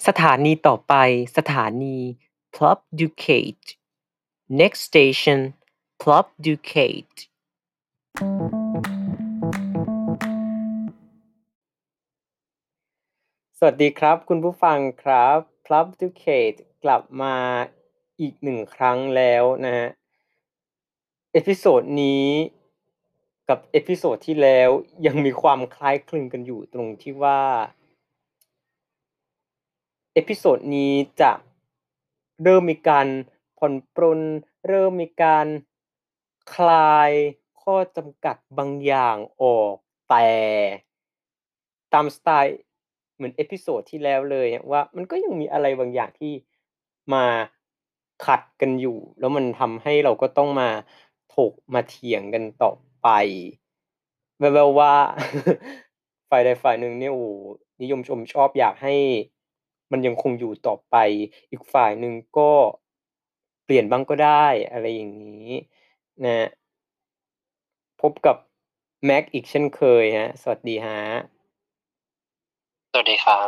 สถานีต่อไปสถานี Plough Ducate Next station Plough Ducate สวัสดีครับคุณผู้ฟังครับ Plough Ducate กลับมาอีก1ครั้งแล้วนะครับเอพิโซดนี้กับเอพิโซดที่แล้วยังมีความคล้ายคลึงกันอยู่ตรงที่ว่าเอพิโซดนี้จะเริ่มมีการผ่อนปรนเริ่มมีการคลายข้อจำกัดบางอย่างออกแต่ตามสไตล์เหมือนเอพิโซดที่แล้วเลยอะว่ามันก็ยังมีอะไรบางอย่างที่มาขัดกันอยู่แล้วมันทำให้เราก็ต้องมาถกมาเถียงกันต่อไปแว่วๆว่าฝ่ายใดฝ่ายหนึ่งเนี่ยโอ้โฮนิยมชมชอบอยากให้มันยังคงอยู่ต่อไปอีกฝ่ายหนึ่งก็เปลี่ยนบ้างก็ได้อะไรอย่างงี้นะครับพบกับแม็กอีกเช่นเคยครับสวัสดีครับสวัสดีครับ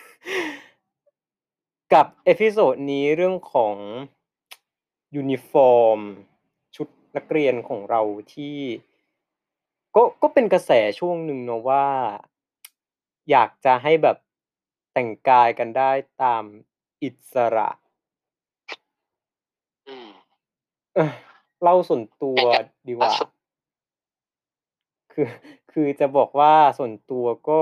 กับเอพิโซดนี้เรื่องของยูนิฟอร์มชุดนักเรียนของเราที่ก็เป็นกระแสช่วงหนึ่งเนาะว่าอยากจะให้แบบแต่งกายกันได้ตามอิสระอืมเออเล่าส่วนตัวอย่างดีกว่าล่าสุดคือคือจะบอกว่าส่วนตัวก็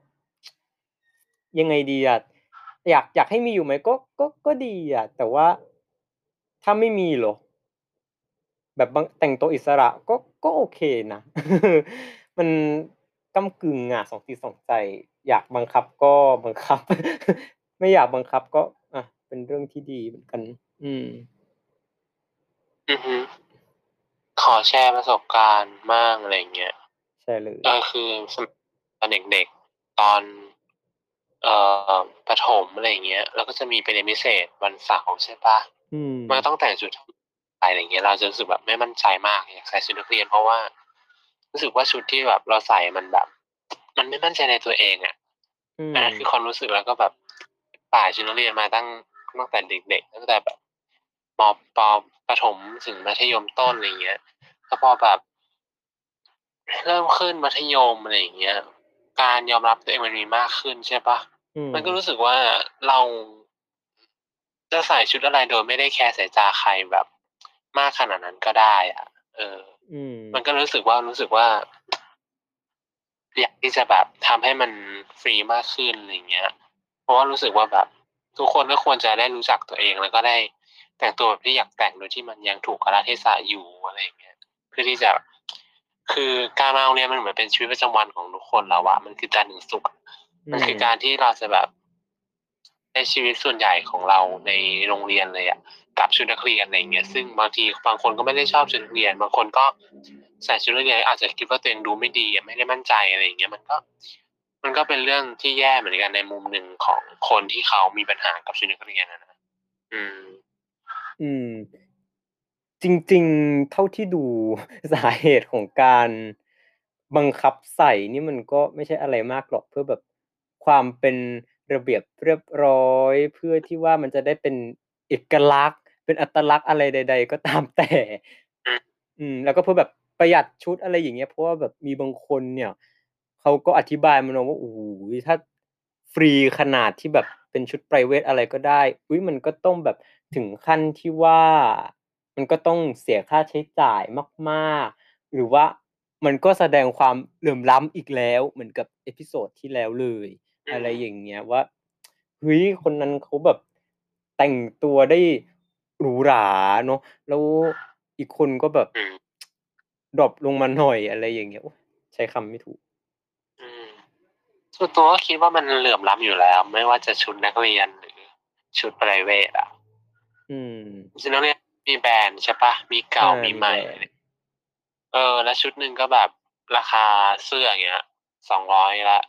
ยังไงดีอะอยากให้มีอยู่ไหมก็ดีอะแต่ว่าถ้าไม่มีเหรอ แบบบางแต่งตัวอิสระก็โอเคนะมันก้ำกึ่งอะสองจิตสองใจอยากบังคับก็บังคับไม่อยากบังคับก็อะเป็นเรื่องที่ดีเหมือนกันอืมอือฮึขอแชร์ประสบการณ์บ้างอะไรอย่างเงี้ยใช่เลยคือสมัยตอนเด็กๆตอนเอ่ประถมอะไรอย่างเงี้ยเราก็จะมีไปเรียนพิเศษวันเสาร์ใช่เปล่าอืมมันก็ต้องแต่งชุดไปอะไรอย่างเงี้ยเราจะรู้สึกแบบไม่มั่นใจมากอยากใส่ชุดนักเรียนเพราะว่ารู้สึกว่าชุดที่แบบเราใส่มันแบบมันไม่มั่นใจในตัวเองอะอือันนั้นคือความมรู้สึกแล้วก็แบบป่ายชุดนักเรียนมาตั้งแต่เด็กๆตั้งแต่แบบมปประถมถึงมัธยมต้นอะไรอย่างเงี้ยแล้วพอแบบเริ่มขึ้นมัธยมอะไรอย่างเงี้ยการยอมรับตัวเองมันมีมากขึ้นใช่เปล่าอืมมันก็รู้สึกว่าเราจะใส่ชุดอะไรโดยไม่ได้แคร์สายตาใครแบบมากขนาดนั้นก็ได้อะเอออืมมันก็รู้สึกว่าอยากที่จะแบบทำให้มันฟรีมากขึ้นอะไรอย่างเงี้ยเพราะว่ารู้สึกว่าแบบทุกคนก็ควรจะได้รู้จักตัวเองแล้วก็ได้แต่งตัวแบบที่อยากแต่งโดยที่มันยังถูกกาลเทศะอยู่อะไรอย่างเงี้ยเพื่อที่จะคือการมาโรงเรียนมันเหมือนเป็นชีวิตประจำวันของทุกคนแล้วอะมันคือจันทร์ถึงศุกร์อะอืมันคือการมที่เราจะแบบใช้ชีวิตส่วนใหญ่ของเราในโรงเรียนเลยอะกับชุดนักเรียนอะไรอย่างเงี้ยซึ่งบางทีบางคนก็ไม่ได้ชอบชุดนักเรียนบางคนก็ใส่ชุดนักเรียนอาจจะคิดว่าตัวเองดูไม่ดีอะไม่ได้มั่นใจอะไรอย่างเงี้ยมันก็เป็นเรื่องที่แย่เหมือนกันในมุมหนึ่งของคนที่เขามีปัญหากับชุดนักเรียนอะนะอืมอืม จริงๆเท่าที่ดูสาเหตุของการบังคับใส่นี่มันก็ไม่ใช่อะไรมากหรอกเพื่อแบบความเป็นระเบียบเรียบร้อยเพื่อที่ว่ามันจะได้เป็นเอกลักษณ์เป็นอัตลักษณ์อะไรใดๆก็ตามแต่อืมแล้วก็เพื่อแบบประหยัดชุดอะไรอย่างเงี้ยเพราะว่าแบบมีบางคนเนี่ยเขาก็อธิบายมาเนาะว่าโอ้โฮถ้าฟรีขนาดที่แบบเป็นชุดไพรเวตอะไรก็ได้อุ๊ยมันก็ต้องแบบถึงขั้นที่ว่า มันก็ต้องเสียค่าใช้จ่ายมากๆหรือว่ามันก็แสดงความเหลื่อมล้ำอีกแล้วเหมือนกับเอพิโซดที่แล้วเลยอือะไรมอย่างเงี้ยว่าเฮ้ยคนนั้นเขาแบบแต่งตัวได้หรูหราเนาะแล้วอีกคนก็แบบอืมดร็อปลงมาหน่อยอะไรอย่างเงี้ยโอ๊ยใช้คำไม่ถูกอืมส่วนตัวก็คิดว่ามันเหลื่อมล้ำอยู่แล้วไม่ว่าจะชุดนักเรียนหรือชุดไพรเวตอะอืมชุดนักเรียนมีแบรนด์ใช่เปล่ามีเก่าอามีใหม่มีแบรนด์แล้วชุดหนึ่งก็แบบราคาเสื้ออย่างเงี้ย200แล้ว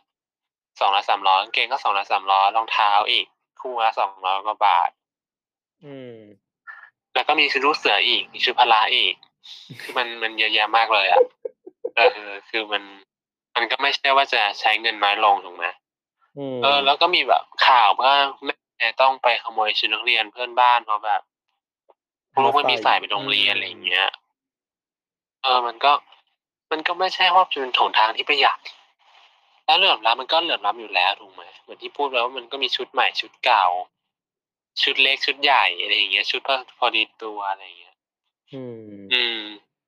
200-300กางเกงก็200-300รองเท้าอีกคู่ละ200กว่าบาทอืมแล้วก็มีชุดลูกเสืออีกมีชุดพละอีกคือมันเยอะแยะมากเลยอะคือมันก็ไม่ใช่ว่าจะใช้เงินน้อยลงถูกไหมอืแล้วมก็มีแบบข่าวว่าแต่ต้องไปขโมยชุดนักเรียนเพื่อนบ้านเพราะแบบลูกไม่มาใส่มีใส่ไปโรงเรียนอะไรอย่างเงี้ยมันก็ไม่ใช่ว่าเป็นหนทางที่ประหยัดแล้วเหลื่อมล้ำมันก็เหลื่อมล้ำอยู่แล้วถูกไหมเหมือนที่พูดแล้วว่ามันก็มีชุดใหม่ชุดเก่าชุดเล็กชุดใหญ่อะไรอย่างเงี้ยชุดพอดีตัวอะไรอย่างเงี้ยอือืมม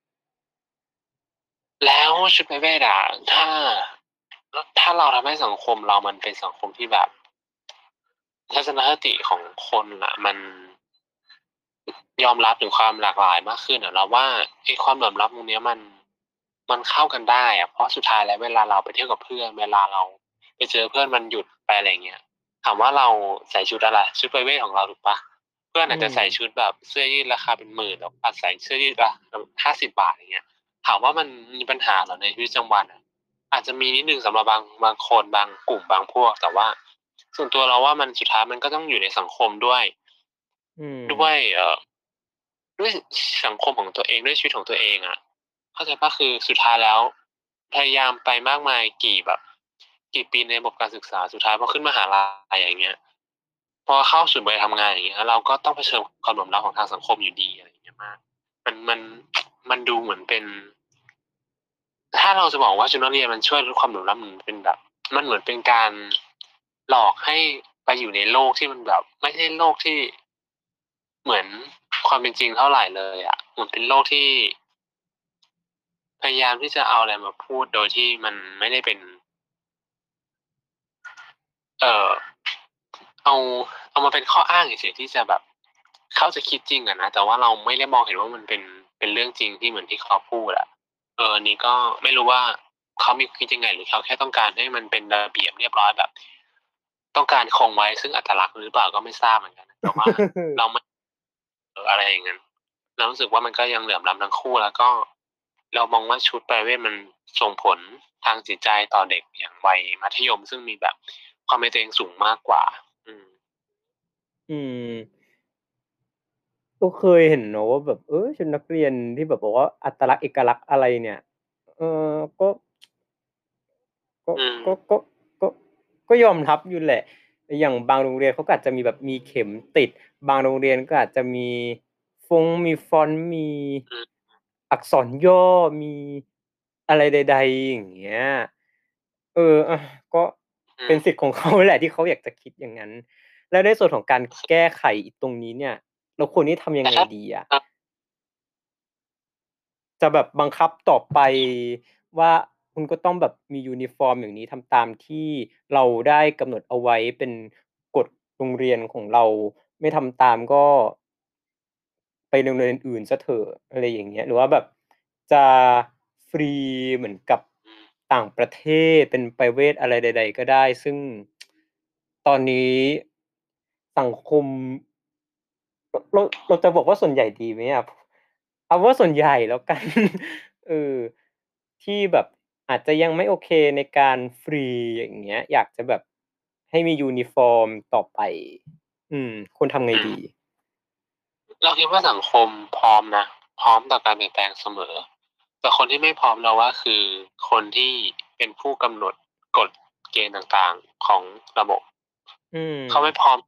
แล้วชุดประเภทอะถ้าเราทำให้สังคมเรามันเป็นสังคมที่แบบทัศนคติของคนอะมันยอมรับถึงความหลากหลายมากขึ้นอะเราว่าไอ้ความเหลื่อมล้ำตรงเนี้ยมันเข้ากันได้อะเพราะสุดท้ายแล้วเวลาเราไปเที่ยวกับเพื่อนเวลาเราไปเจอเพื่อนวันหยุดไปอะไรเงี้ยถามว่าเราใส่ชุดอะไรชุดไพรเวทของเราถูกปะเพื่อนอือาจจะมใส่ชุดแบบเสื้อยืดราคาเป็นหมื่นแล้วอาจใส่เสื้อยืดละ50 บาทอย่างเงี้ยถามว่ามันมีปัญหาเหรอในชีวิตประจำวันอะอาจจะมีนิดนึงสำหรับบางคนบางกลุ่มบางพวกแต่ว่าส่วนตัวเราว่ามันสุดท้ายมันก็ต้องอยู่ในสังคมด้วยอืมด้วยด้วยสังคมของตัวเองด้วยชีวิตของตัวเองอะเข้าใจปะคือสุดท้ายแล้วพยายามไปมากมายกี่ปีในระบบการศึกษาสุดท้ายพอขึ้นมหาลัยอย่างเงี้ยพอเข้าสู่วัยทำงานอย่างเงี้ยเราก็ต้องเผชิญความเหลื่อมล้ำของทางสังคมอยู่ดีอะไรอย่างเงี้ยมากมันมันดูเหมือนเป็นถ้าเราจะบอกว่าชุดนักเรียนมันช่วยลดความเหลื่อมล้ำมันเป็นแบบมันเหมือนเป็นการหลอกให้ไปอยู่ในโลกที่มันแบบไม่ใช่โลกที่เหมือนความเป็นจริงเท่าไหร่เลยอ่ะเหมือนเป็นโลกที่ พยายามที่จะเอาอะไรมาพูดโดยที่มันไม่ได้เป็นเอ่อเอาเอามาเป็นข้ออ้างเฉยๆที่จะแบบเขาจะคิดจริงอะนะแต่ว่าเราไม่ได้มองเห็นว่ามันเป็นเรื่องจริงที่เหมือนที่เขาพูดอะอันนี้ก็ไม่รู้ว่าเขามีคิดยังไงหรือเขาแค่ต้องการให้มันเป็นระเบียบเรียบร้อยแบบต้องการคงไว้ซึ่งอัตลักษณ์หรือเปล่าก็ไม่ทราบเหมือนกันนะแต่ว่าเราไม่อะไรอย่างนั้นเรารู้สึกว่ามันก็ยังเหลื่อมล้ำทั้งคู่แล้วก็เรามองว่าชุดประเวทมันส่งผลทางจิตใจต่อเด็กอย่างวัยมัธยมซึ่งมีแบบความเป็นตัวเองสูงมากกว่าอืมอืมก็เคยเห็นเนาะว่าแบบชุดนักเรียนที่แบบบอกว่าอัตลักษณ์เอกลักษณ์อะไรเนี่ยเออก็ก็อืมก็ก็ก็ก็ยอมรับอยู่แหละอย่างบางโรงเรียนเขาก็อาจจะมีแบบมีเข็มติดบางโรงเรียนก็อาจจะมีมีฟอนต์มีอืมอักษรย่อมีอะไรใดๆอย่างเงี้ยอะก็อืมเป็นสิทธิ์ของเขาแหละที่เขาอยากจะคิดอย่างงั้นแล้วในส่วนของการแก้ไขตรงนี้เนี่ยเราควรที่ทำยังไงแต่ถ้าดีอะ จะแบบบังคับต่อไปว่าคุณก็ต้องแบบมียูนิฟอร์มอย่างนี้ทำตามที่เราได้กำหนดเอาไว้เป็นกฎโรงเรียนของเราไม่ทำตามก็ไปโรงเรียนอื่นเสียเถอะอะไรอย่างเงี้ยหรือว่าแบบจะฟรีเหมือนกับอืมต่างประเทศเป็นไพรเวตอะไรใดๆก็ได้ซึ่งตอนนี้สังคม เราจะบอกว่าส่วนใหญ่ดีไหมอะเอาว่าส่วนใหญ่แล้วกันเออที่แบบอาจจะยังไม่โอเคในการฟรีอย่างเงี้ยอยากจะแบบให้มียูนิฟอร์มต่อไปควรทำไงอืมดีเราคิดว่าสังคมพร้อมนะพร้อมต่อการเปลี่ยนแปลงเสมอแต่คนที่ไม่พร้อมเราว่าคือคนที่เป็นผู้กำหนดกฎเกณฑ์ต่างๆของระบบอืมเขาไม่พร้อม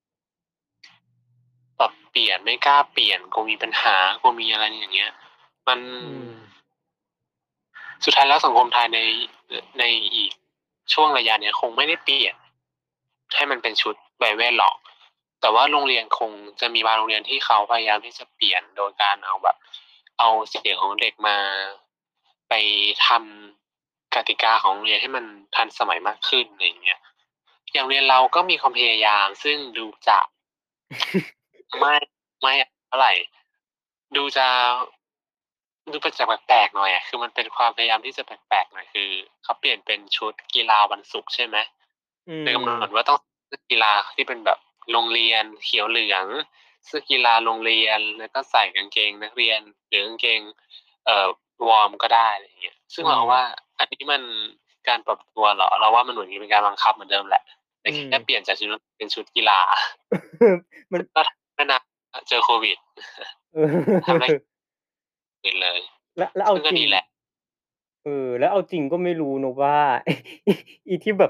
ปรับเปลี่ยนไม่กล้าเปลี่ยนกลัวมีปัญหากลัวมีอะไรอย่างเงี้ยมันอืมสุดท้ายแล้วสังคมไทยในอีกช่วงระยะเนี้ยคงไม่ได้เปลี่ยนให้มันเป็นชุดไบเวทหรอกแต่ว่าโรงเรียนคงจะมีบางโรงเรียนที่เขาพยายามที่จะเปลี่ยนโดยการเอาแบบเอาเสียงของเด็กมาไปทำกติกาของโรงเรียนให้มันทันสมัยมากขึ้นอะไรอย่างเงี้ยอย่างโรงเรียนเราก็มีความพยายามซึ่งดูจะไม่ไม่เท่าไหร่ดูจะดูเป็นจะแปลกๆหน่อยอะคือมันเป็นความพยายามที่จะแปลกๆหน่อยคือเขาเปลี่ยนเป็นชุดกีฬาวันศุกร์ใช่ไหมอืโดยกำหนดว่ามต้องเสื้อกีฬาที่เป็นแบบโรงเรียนเขียวเหลืองเสื้อกีฬาโรงเรียนแล้วก็ใส่กางเกงนักเรียนหรือกางเกงเอ่อวอร์มก็ได้อะไรอย่างเงี้ยซึ่อืงเราว่ามอันนี้มันการปรับตัวเหรอเราว่ามันเหมือนเป็นการบังคับเหมือนเดิมแหละแต่อืมแค่เปลี่ยนจากชุดเป็นชุดกีฬามันก็ไม่นานเจอโควิดเออทำได้อื่นเลยแล้วเอาซึ่งก็จริงดีแหละแล้วเอาจริงก็ไม่รู้นะว่าอีที่แบบ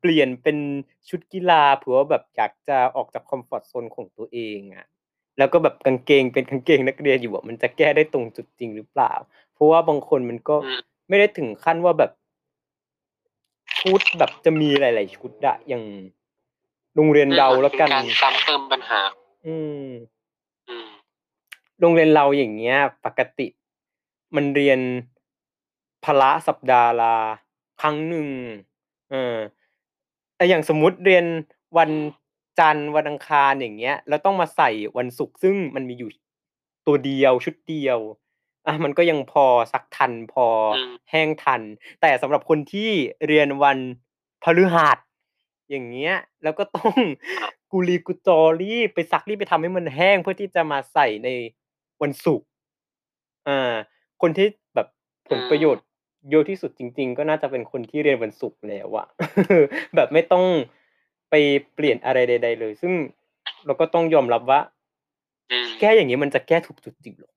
เปลี่ยนเป็นชุดกีฬาเผื่อว่าแบบอยากจะออกจากคอมฟอร์ตโซนของตัวเองอะแล้วก็แบบกางเกงเป็นกางเกงนักเรียนอยู่อะมันจะแก้ได้ตรงจุดจริงหรือเปล่าเพราะว่าบางคนมันก็อืมไม่ได้ถึงขั้นว่าแบบชุดแบบจะมีหลายๆชุดอะอย่างโรงเรียนเราเหมือนแล้วกันเป็นการซ้ำเติมปัญหาอืมอืมโรงเรียนเราอย่างเงี้ยปกติมันเรียนพละสัปดาห์ละครั้งหนึ่งเออแต่อย่างสมมุติเรียนวันจันทร์วันอังคารอย่างเงี้ยแล้วต้องมาใส่วันศุกร์ซึ่งมันมีอยู่ตัวเดียวชุดเดียวมันก็ยังพอซักทันพออืมแห้งทันแต่สำหรับคนที่เรียนวันพฤหัสอย่างเงี้ยแล้วก็ต้องครับกุลีกุจอรีบไปซักรีบไปทำให้มันแห้งเพื่อที่จะมาใส่ในวันศุกร์อาคนที่แบบผอืลประโยชน์มเยอะที่สุดจริงๆก็น่าจะเป็นคนที่เรียนวันศุกร์แล้วอะแบบไม่ต้องไปเปลี่ยนอะไรใดๆเลยซึ่งเราก็ต้องยอมรับว่าอืมแก้อย่างงี้มันจะแก้ถูกจุดจริงเหรอ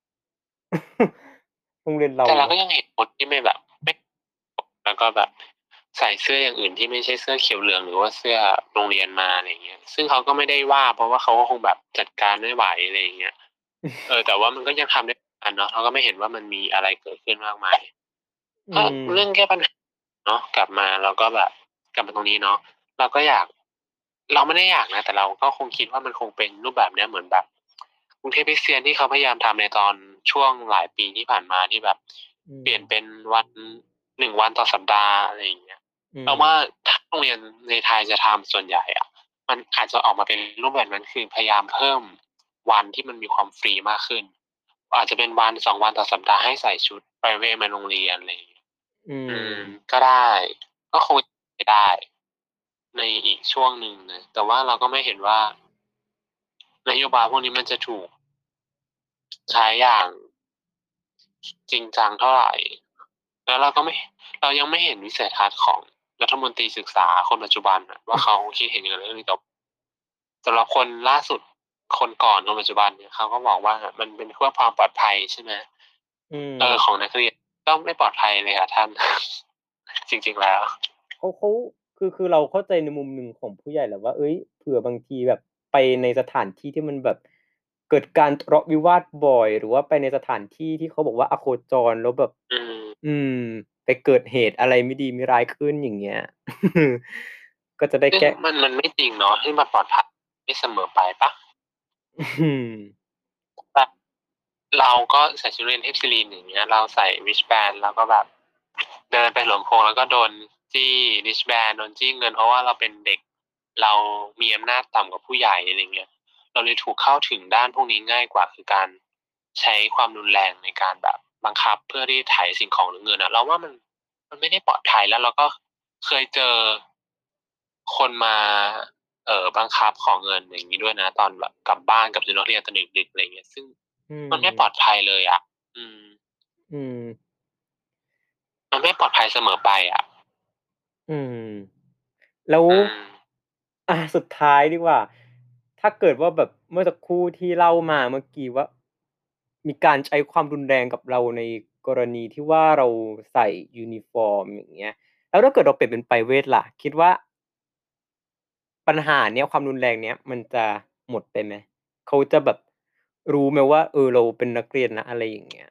โรงเรียนเราแต่เราก็ยังเห็นคนที่ไม่แบบไม่แล้วก็แบบใส่เสื้ออย่างอื่นที่ไม่ใช่เสื้อเขียวเหลืองหรือว่าเสื้อโรงเรียนมาอะไรเงี้ยซึ่งเขาก็ไม่ได้ว่าเพราะว่าเขาก็คงแบบจัดการไม่ไหวอะไรอย่างเงี้ยแต่ว่ามันก็ยังทำได้อันเนาะเราก็ไม่เห็นว่ามันมีอะไรเกิดขึ้นมากมายอืก็มเรื่องแก้ปัญหาเนาะกลับมาเราก็แบบกลับมาตรงนี้เนาะเราก็อยากเราไม่ได้อยากนะแต่เราก็คงคิดว่ามันคงเป็นรูปแบบเนี้ยเหมือนแบบกรุงเทพคริสเตียนที่เขาพยายามทำในตอนช่วงหลายปีที่ผ่านมาที่แบบอืมเปลี่ยนเป็นวัน1 วันต่อสัปดาห์อะไรอย่างเงี้ยอืมเราว่าถ้าโรงเรียนในไทยจะทำส่วนใหญ่อะมันอาจจะออกมาเป็นรูปแบบนั้นคือพยายามเพิ่มวันที่มันมีความฟรีมากขึ้นอาจจะเป็น1-2 วันต่อสัปดาห์ให้ใส่ชุดไพรเวตมาโรงเรียนอะไรอย่างเงี้ยอือืมมก็ได้ก็คงไปได้ในอีกช่วงหนึ่งนะแต่ว่าเราก็ไม่เห็นว่านโยบายพวกนี้มันจะถูกใช้อย่างจริงจังเท่าไหร่แล้วเรายังไม่เห็นวิสัยทัศน์ของรัฐมนตรีศึกษาคนปัจจุบันน่ะว่าเขาคิดเห็นยังไงเรื่องนี้แต่สำหรับคนล่าสุดคนก่อนคนปัจจุบันเนี่ยเขาก็บอกว่ามันเป็นเพื่อความปลอดภัยใช่ไหมอืมของนักเรียนก็ไม่ปลอดภัยเลยค่ะท่านจริงๆแล้วเขาคือเราเข้าใจในมุมหนึ่งของผู้ใหญ่แหละว่าเฮ้ยเผื่อบางทีแบบไปในสถานที่ที่มันแบบเกิดการทะเลาะวิวาทบ่อยหรือว่าไปในสถานที่ที่เขาบอกว่าอโคจรแล้วแบบอืมอืมไปเกิดเหตุอะไรไม่ดีไม่ร้ายขึ้นอย่างเงี้ยก็จะได้ซึ่งแก้มันไม่จริงเนาะที่มันปลอดภัยไม่เสมอไปปะอืมแบบเราก็ใส่ชุดเรียนเทพศิรินอย่างเงี้ยเราใส่ wristband แล้วก็แบบเดินไปหลวงโคงแล้วก็โดนจี้ wristband โดนจี้เงินเพราะว่าเราเป็นเด็กเรามีอำนาจต่ำกว่าผู้ใหญ่อะไรเงี้ยเราเลยถูกเข้าถึงด้านพวกนี้ง่ายกว่าคือการใช้ความรุนแรงในการแบบบังคับเพื่อที่ไถสิ่งของหรือเงินอะเราว่ามันไม่ได้ปลอดภัยแล้วเราก็เคยเจอคนมาบังคับขอเงินอย่างนี้ด้วยนะตอนแบบกลับบ้านกับชุดนักเรียนตอนดึกๆอะไรเงี้ยซึ่งอืมันไม่ปลอดมภัยเลยอะอืมอืมมันไม่ปลอดภัยเสมอไปอะอืมแล้วอืมสุดท้ายดีกว่าถ้าเกิดว่าแบบเมื่อสักครู่ที่เล่ามาเมื่อกี้ว่ามีการใช้ความรุนแรงกับเราในกรณีที่ว่าเราใส่ยูนิฟอร์มอย่างเงี้ยแล้วถ้าเกิดเราเปลี่ยนเป็นไพรเวตล่ะคิดว่าปัญหาเนี้ยความรุนแรงเนี้ยมันจะหมดไปไหมเขาจะแบบรู้ไหมว่าเราเป็นนักเรียนนะอะไรอย่างเงี้ย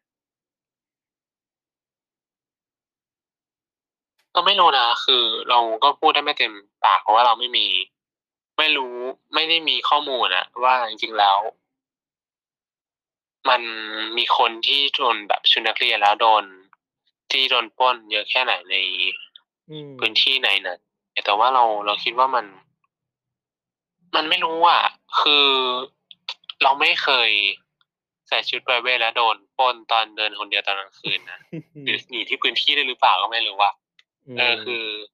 ก็ไม่รู้นะคือเราก็พูดได้ไม่เต็มปากเพราะว่าเราไม่รู้ไม่ได้มีข้อมูลอะว่าจริงๆแล้วมันมีคนที่โดนแบบชุดนักเรียนแล้วโดนที่โดนปล้นเยอะแค่ไหนในอืมพื้นที่ไหนน่ะแต่ว่าเราคิดว่ามันไม่รู้อะคือเราไม่เคยใส่ชุดไพรเวตแล้วโดนปล้นตอนเดินคนเดียวตอนกลางคืนนะหรือหนีที่พื้นที่ด้วยหรือเปล่าก็ไม่รู้อะอืคือม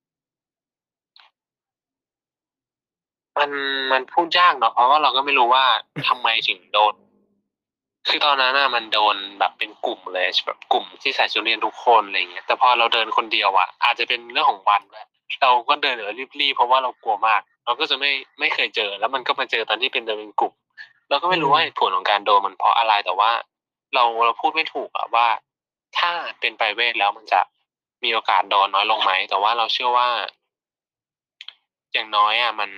มันมันพูดยากเนาะเพราะว่าเราก็ไม่รู้ว่าทำไมถึงโดน คือตอนนั้นน่ะมันโดนแบบเป็นกลุ่มเลยแบบกลุ่มที่ใส่ชุดนักเรียนทุกคนอะไรเงี้ยแต่พอเราเดินคนเดียวอะอาจจะเป็นเรื่องของวันด้วยเราก็เดินแบบรีบๆเพราะว่าเรากลัวมากเราก็จะไม่เคยเจอแล้วมันก็มาเจอตอนที่เป็นเดินเป็นกลุ่มเราก็อืไม่รู้มว่าเหตุผลของการโดนมันเพราะอะไรแต่ว่าเราพูดไม่ถูกอะว่าถ้าเป็นไพรเวทแล้วมันจะมีโอกาสโดนน้อยลงไหมแต่ว่าเราเชื่อว่าอย่างน้อยอะมัน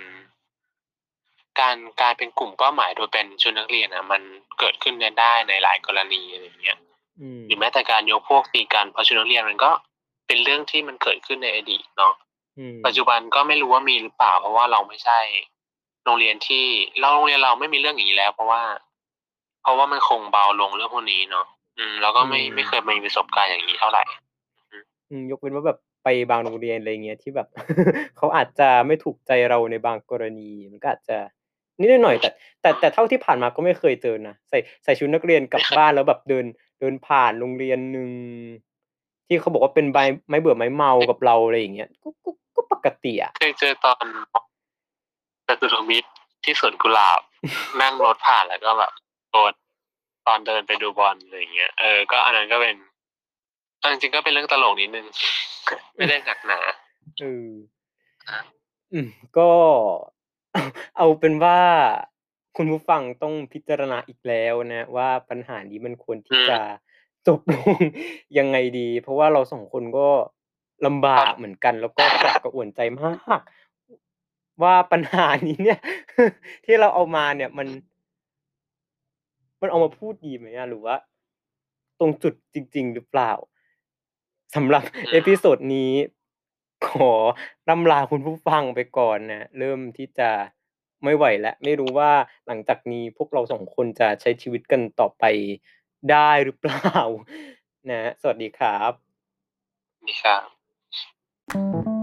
การเป็นกลุ่มเป้าหมายโดยเป็นชุดนักเรียนอะมันเกิดขึ้นได้ในหลายกรณีอะไรอย่างเงี้ยหรือแม้แต่การยกพวกตีกันเพราะชุดนักเรียนมันก็เป็นเรื่องที่มันเกิดขึ้นในอดีตเนาะปัจจุบันก็ไม่รู้ว่ามีหรือเปล่าเพราะว่าเราไม่ใช่โรงเรียนที่โรงเรียนเราไม่มีเรื่องอย่างนี้แล้วเพราะว่ามันคงเบาลงเรื่องพวกนี้เนาะแล้วก็ไม่เคยมีประสบการณ์อย่างนี้เท่าไหร่ยกเว้นว่าแบบไปบางโรงเรียนอะไรเงี้ยที่แบบ เขาอาจจะไม่ถูกใจเราในบางกรณีมันก็อาจจะนิดหน่อยแต่เท่าที่ผ่านมาก็ไม่เคยเจอนะใส่ชุดนักเรียนกลับไม่เคยบ้านแล้วแบบเดินผ่านโรงเรียนหนึ่งที่เขาบอกว่าเป็นไม้เบื่อไม้เมากับเราอะไรอย่างเงี้ยก็ปกติอะเคยเจอตอนจตุรมิตรที่สวนกุหลาบนั่งรถผ่านแล้วก็แบบโดนตอนเดินไปดูบอลอะไรอย่างเงี้ยก็อันนั้นก็เป็นเอาจริงๆก็เป็นเรื่องตลกนิดนึงไม่ได้หนักหนาเอออืมก็เอาเป็นว่าคุณผู้ฟังต้องพิจารณาอีกแล้วนะว่าปัญหานี้มันควรที่จะจบลงยังไงดีเพราะว่าเรา2คนก็ลำตอนบากเหมือนกันแล้วก็กระอักกระอ่วนใจมากว่าปัญหานี้เนี่ยที่เราเอามาเนี่ยมันเอามาพูดดีไหมอะหรือว่าตรงจุดจริงๆหรือเปล่าสำหรับเอพิโซดนี้ขอร่ำลาคุณผู้ฟังไปก่อนนะเริ่มที่จะไม่ไหวแล้วไม่รู้ว่าหลังจากนี้พวกเรา2คนจะใช้ชีวิตกันต่อไปได้หรือเปล่านะสวัสดีครับนี่ครับ